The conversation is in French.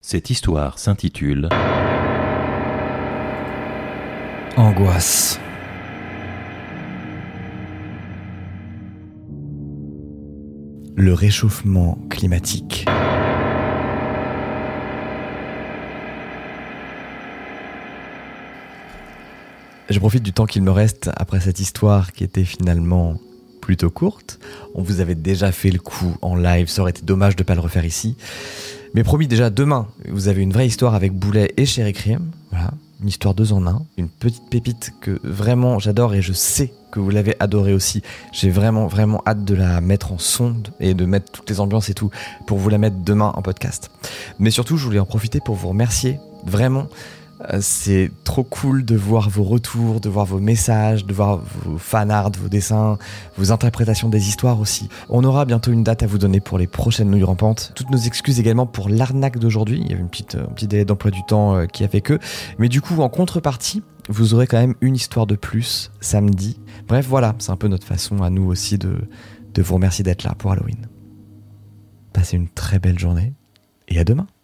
Cette histoire s'intitule Angoisse. Le réchauffement climatique. Je profite du temps qu'il me reste après cette histoire qui était finalement plutôt courte. On vous avait déjà fait le coup en live, ça aurait été dommage de ne pas le refaire ici. Mais promis, déjà demain, vous avez une vraie histoire avec Boulet et Chéri Crime. Voilà, une histoire 2 en 1. Une petite pépite que vraiment j'adore et je sais que vous l'avez adorée aussi. J'ai vraiment hâte de la mettre en sonde et de mettre toutes les ambiances et tout pour vous la mettre demain en podcast. Mais surtout, je voulais en profiter pour vous remercier. Vraiment, c'est trop cool de voir vos retours, de voir vos messages, de voir vos fanarts, vos dessins, vos interprétations des histoires aussi. On aura bientôt une date à vous donner pour les prochaines nouilles rampantes. Toutes nos excuses également pour l'arnaque d'aujourd'hui. Il y avait un petit délai d'emploi du temps qui a fait que. Mais du coup, en contrepartie, vous aurez quand même une histoire de plus samedi. Bref, voilà, c'est un peu notre façon à nous aussi de vous remercier d'être là pour Halloween. Passez une très belle journée et à demain.